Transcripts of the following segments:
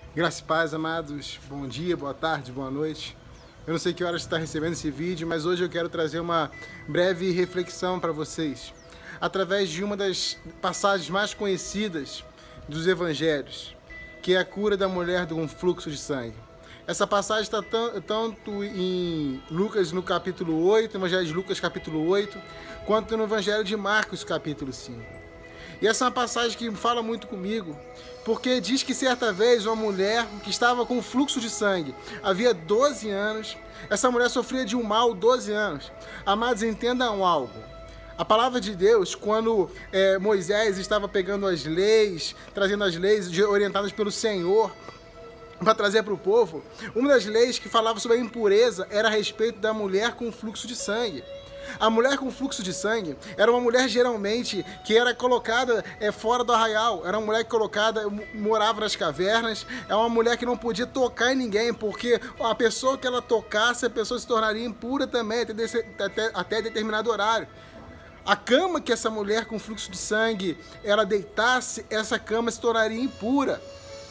Graça e paz, amados. Bom dia, boa tarde, boa noite. Eu não sei que horas você está recebendo esse vídeo, mas hoje eu quero trazer uma breve reflexão para vocês, através de uma das passagens mais conhecidas dos evangelhos, que é a cura da mulher com fluxo de sangue. Essa passagem está tanto em Lucas no capítulo 8, Evangelho de Lucas capítulo 8, quanto no Evangelho de Marcos capítulo 5. E essa é uma passagem que fala muito comigo, porque diz que certa vez uma mulher que estava com fluxo de sangue, havia 12 anos, essa mulher sofria de um mal 12 anos. Amados, entendam algo. A palavra de Deus, quando Moisés estava pegando as leis, trazendo as leis orientadas pelo Senhor, para trazer para o povo, uma das leis que falava sobre a impureza era a respeito da mulher com fluxo de sangue. A mulher com fluxo de sangue era uma mulher geralmente que era colocada fora do arraial, era uma mulher morava nas cavernas, é uma mulher que não podia tocar em ninguém, porque a pessoa que ela tocasse, a pessoa se tornaria impura também até determinado horário. A cama que essa mulher com fluxo de sangue ela deitasse, essa cama se tornaria impura.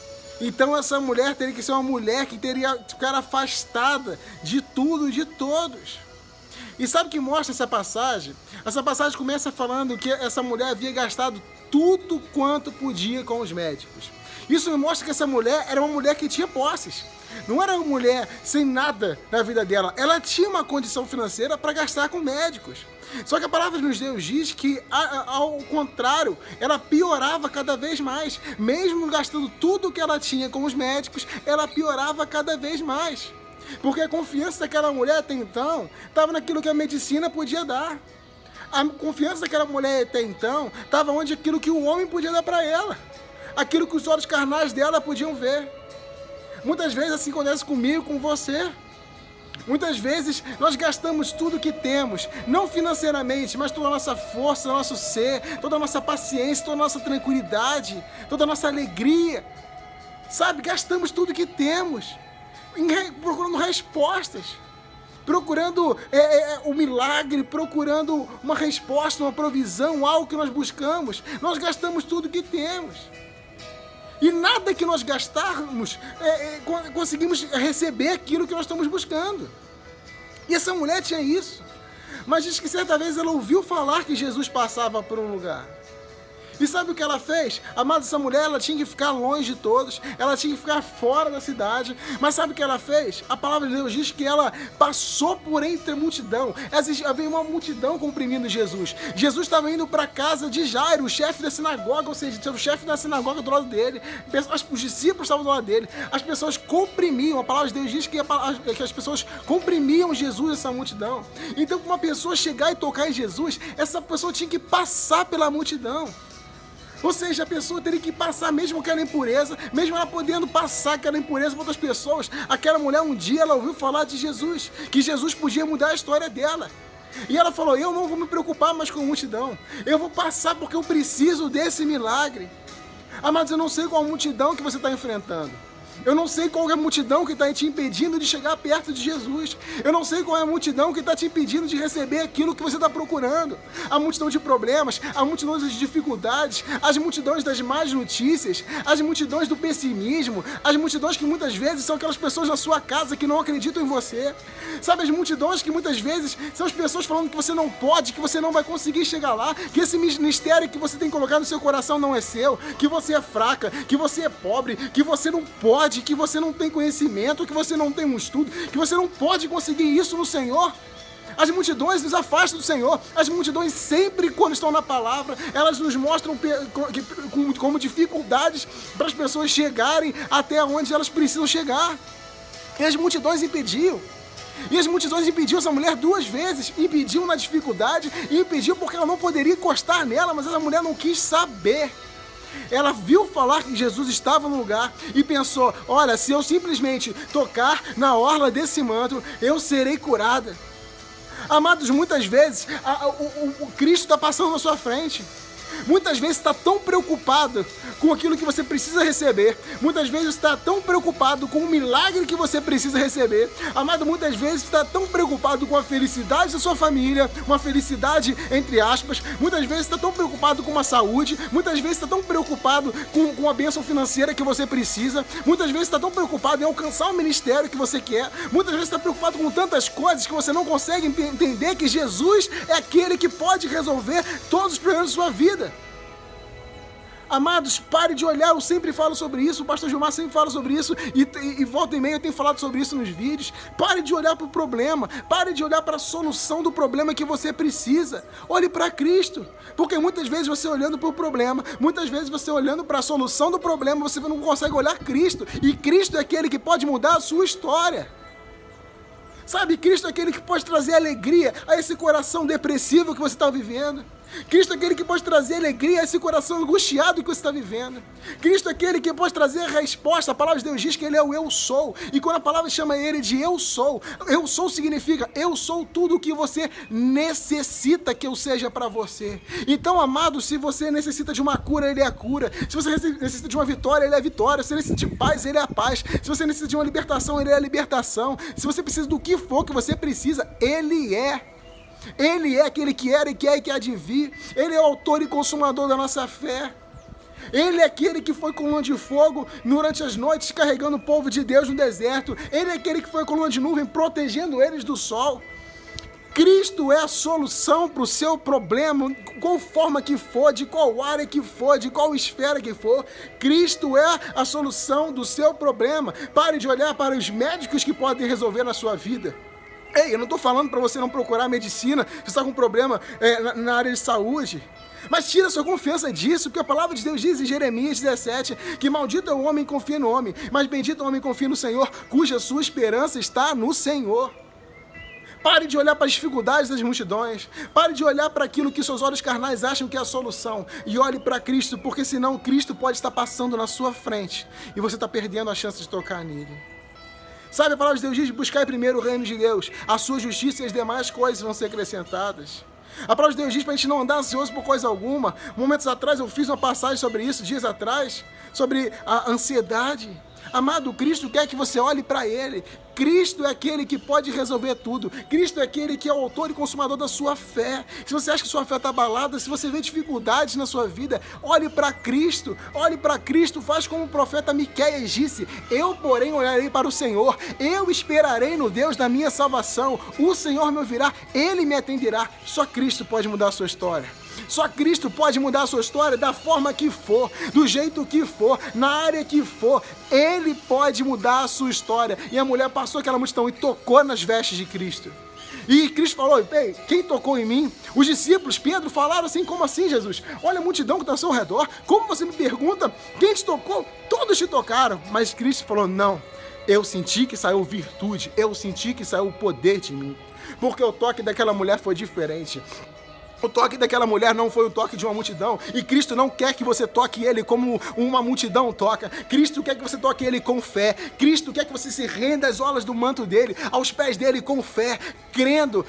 Então essa mulher teria que ser uma mulher que teria que ficar afastada de tudo e de todos. E sabe o que mostra essa passagem? Essa passagem começa falando que essa mulher havia gastado tudo quanto podia com os médicos. Isso me mostra que essa mulher era uma mulher que tinha posses. Não era uma mulher sem nada na vida dela. Ela tinha uma condição financeira para gastar com médicos. Só que a palavra de Deus diz que, ao contrário, ela piorava cada vez mais. Mesmo gastando tudo que ela tinha com os médicos, ela piorava cada vez mais. Porque a confiança daquela mulher até então estava naquilo que a medicina podia dar. A confiança daquela mulher até então estava onde aquilo que o homem podia dar para ela. Aquilo que os olhos carnais dela podiam ver. Muitas vezes assim acontece comigo, com você. Muitas vezes nós gastamos tudo que temos, não financeiramente, mas toda a nossa força, nosso ser, toda a nossa paciência, toda a nossa tranquilidade, toda a nossa alegria. Sabe, gastamos tudo que temos. Procurando respostas, procurando o milagre, procurando uma resposta, uma provisão, algo que nós buscamos. Nós gastamos tudo que temos. E nada que nós gastarmos, conseguimos receber aquilo que nós estamos buscando. E essa mulher tinha isso. Mas diz que certa vez ela ouviu falar que Jesus passava por um lugar. E sabe o que ela fez? Amada, essa mulher, ela tinha que ficar longe de todos, ela tinha que ficar fora da cidade, mas sabe o que ela fez? A palavra de Deus diz que ela passou por entre a multidão. Havia uma multidão comprimindo Jesus. Jesus estava indo para a casa de Jairo, o chefe da sinagoga, ou seja, o chefe da sinagoga do lado dele, os discípulos estavam do lado dele, as pessoas comprimiam, a palavra de Deus diz que as pessoas comprimiam Jesus, essa multidão. Então, para uma pessoa chegar e tocar em Jesus, essa pessoa tinha que passar pela multidão. Ou seja, a pessoa teria que passar mesmo aquela impureza, mesmo ela podendo passar aquela impureza para outras pessoas. Aquela mulher um dia ela ouviu falar de Jesus, que Jesus podia mudar a história dela. E ela falou, eu não vou me preocupar mais com a multidão, eu vou passar porque eu preciso desse milagre. Amados, eu não sei qual a multidão que você está enfrentando. Eu não sei qual é a multidão que está te impedindo de chegar perto de Jesus. Eu não sei qual é a multidão que está te impedindo de receber aquilo que você está procurando. A multidão de problemas, a multidão das dificuldades, as multidões das más notícias, as multidões do pessimismo, as multidões que muitas vezes são aquelas pessoas na sua casa que não acreditam em você. Sabe, as multidões que muitas vezes são as pessoas falando que você não pode, que você não vai conseguir chegar lá, que esse ministério que você tem colocado no seu coração não é seu, que você é fraca, que você é pobre, que você não pode, que você não tem conhecimento, que você não tem um estudo, que você não pode conseguir isso no Senhor. As multidões nos afastam do Senhor. As multidões sempre, quando estão na palavra, elas nos mostram como dificuldades para as pessoas chegarem até onde elas precisam chegar. E as multidões impediam. E as multidões impediam essa mulher 2 vezes. Impediu na dificuldade e impediu porque ela não poderia encostar nela, mas essa mulher não quis saber. Ela viu falar que Jesus estava no lugar e pensou, olha, se eu simplesmente tocar na orla desse manto, eu serei curada. Amados, muitas vezes o Cristo está passando na sua frente. Muitas vezes está tão preocupado com aquilo que você precisa receber. Muitas vezes está tão preocupado com o milagre que você precisa receber. Amado, muitas vezes está tão preocupado com a felicidade da sua família, uma felicidade entre aspas. Muitas vezes está tão preocupado com a saúde. Muitas vezes está tão preocupado com a bênção financeira que você precisa. Muitas vezes está tão preocupado em alcançar o ministério que você quer. Muitas vezes está preocupado com tantas coisas que você não consegue entender que Jesus é aquele que pode resolver todos os problemas da sua vida. Amados, pare de olhar, eu sempre falo sobre isso, o pastor Gilmar sempre fala sobre isso, e volta e meia eu tenho falado sobre isso nos vídeos. Pare de olhar para o problema, pare de olhar para a solução do problema que você precisa. Olhe para Cristo, porque muitas vezes você olhando para o problema, muitas vezes você olhando para a solução do problema, você não consegue olhar Cristo, e Cristo é aquele que pode mudar a sua história. Sabe, Cristo é aquele que pode trazer alegria a esse coração depressivo que você está vivendo. Cristo é aquele que pode trazer alegria a esse coração angustiado que você está vivendo. Cristo é aquele que pode trazer a resposta. A palavra de Deus diz que Ele é o Eu Sou. E quando a palavra chama Ele de Eu Sou significa eu sou tudo o que você necessita que eu seja para você. Então, amado, se você necessita de uma cura, Ele é a cura. Se você necessita de uma vitória, Ele é a vitória. Se você necessita de paz, Ele é a paz. Se você necessita de uma libertação, Ele é a libertação. Se você precisa do que for que você precisa, Ele é. Ele é aquele que era e que é e que há de vir. Ele é o autor e consumador da nossa fé. Ele é aquele que foi coluna de fogo durante as noites carregando o povo de Deus no deserto. Ele é aquele que foi coluna de nuvem protegendo eles do sol. Cristo é a solução para o seu problema, qual forma que for, de qual área que for, de qual esfera que for. Cristo é a solução do seu problema. Pare de olhar para os médicos que podem resolver na sua vida. Ei, eu não estou falando para você não procurar medicina se você está com problema na área de saúde. Mas tira sua confiança disso, porque a palavra de Deus diz em Jeremias 17 que maldito é o homem que confia no homem, mas bendito é o homem que confia no Senhor, cuja sua esperança está no Senhor. Pare de olhar para as dificuldades das multidões. Pare de olhar para aquilo que seus olhos carnais acham que é a solução. E olhe para Cristo, porque senão Cristo pode estar passando na sua frente e você está perdendo a chance de tocar nele. Sabe, a palavra de Deus diz: buscai primeiro o reino de Deus, a sua justiça e as demais coisas vão ser acrescentadas. A palavra de Deus diz para a gente não andar ansioso por coisa alguma. Momentos atrás eu fiz uma passagem sobre isso, dias atrás, sobre a ansiedade. Amado, Cristo quer que você olhe para Ele. Cristo é aquele que pode resolver tudo. Cristo é aquele que é o autor e consumador da sua fé. Se você acha que sua fé está abalada, se você vê dificuldades na sua vida, olhe para Cristo. Olhe para Cristo, faz como o profeta Miqueias disse: eu, porém, olharei para o Senhor. Eu esperarei no Deus da minha salvação. O Senhor me ouvirá, Ele me atenderá. Só Cristo pode mudar a sua história. Só Cristo pode mudar a sua história da forma que for, do jeito que for, na área que for. Ele pode mudar a sua história. E a mulher passou aquela multidão e tocou nas vestes de Cristo. E Cristo falou: ei, quem tocou em mim? Os discípulos, Pedro, falaram assim: como assim, Jesus? Olha a multidão que está ao seu redor. Como você me pergunta quem te tocou? Todos te tocaram. Mas Cristo falou: não, eu senti que saiu virtude, eu senti que saiu o poder de mim. Porque o toque daquela mulher foi diferente. O toque daquela mulher não foi o toque de uma multidão. E Cristo não quer que você toque Ele como uma multidão toca. Cristo quer que você toque Ele com fé. Cristo quer que você se renda às olas do manto dEle, aos pés dEle com fé, crendo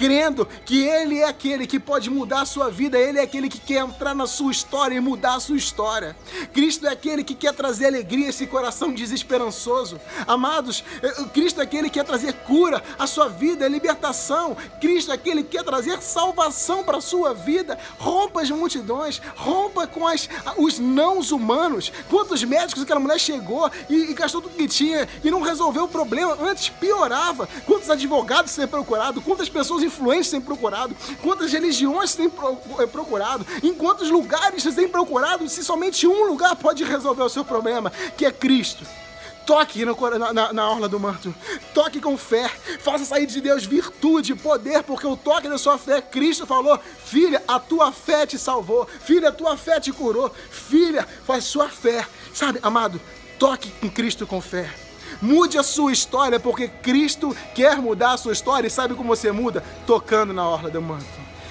que Ele é aquele que pode mudar a sua vida. Ele é aquele que quer entrar na sua história e mudar a sua história. Cristo é aquele que quer trazer alegria a esse coração desesperançoso. Amados, Cristo é aquele que quer trazer cura à sua vida, libertação. Cristo é aquele que quer trazer salvação para a sua vida. Rompa as multidões, rompa com os nãos humanos. Quantos médicos aquela mulher chegou e gastou tudo que tinha e não resolveu o problema, antes piorava. Quantos advogados têm procurado, quantas pessoas influentes têm procurado, quantas religiões têm procurado, em quantos lugares você tem procurado, se somente um lugar pode resolver o seu problema, que é Cristo. Toque na orla do manto, toque com fé, faça sair de Deus virtude, poder, porque o toque da sua fé, Cristo falou: filha, a tua fé te salvou, filha, a tua fé te curou, filha, faz sua fé. Sabe, amado, toque em Cristo com fé. Mude a sua história, porque Cristo quer mudar a sua história. E sabe como você muda? Tocando na orla do manto.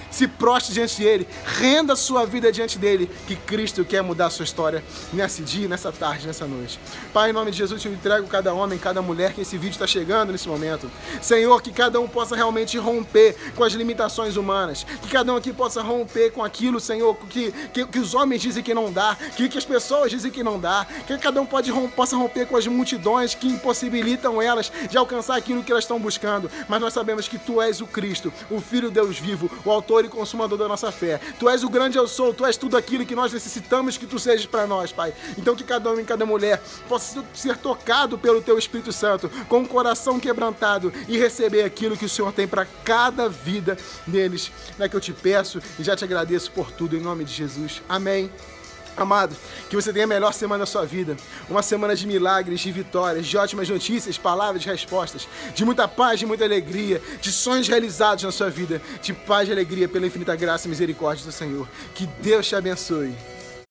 se prostre diante dele, renda a sua vida diante dele, que Cristo quer mudar a sua história nesse dia, nessa tarde, nessa noite. Pai, em nome de Jesus, eu entrego cada homem, cada mulher que esse vídeo está chegando nesse momento. Senhor, que cada um possa realmente romper com as limitações humanas, que cada um aqui possa romper com aquilo, Senhor, que os homens dizem que não dá, que as pessoas dizem que não dá, que cada um possa romper com as multidões que impossibilitam elas de alcançar aquilo que elas estão buscando. Mas nós sabemos que Tu és o Cristo, o Filho de Deus vivo, o autor e consumador da nossa fé. Tu és o grande eu sou, Tu és tudo aquilo que nós necessitamos que Tu sejas para nós, Pai. Então que cada homem e cada mulher possa ser tocado pelo Teu Espírito Santo, com o coração quebrantado e receber aquilo que o Senhor tem para cada vida deles. É que eu te peço e já te agradeço por tudo, em nome de Jesus. Amém. Amado, que você tenha a melhor semana da sua vida, uma semana de milagres, de vitórias, de ótimas notícias, palavras, de respostas, de muita paz, de muita alegria, de sonhos realizados na sua vida, de paz e alegria pela infinita graça e misericórdia do Senhor. Que Deus te abençoe.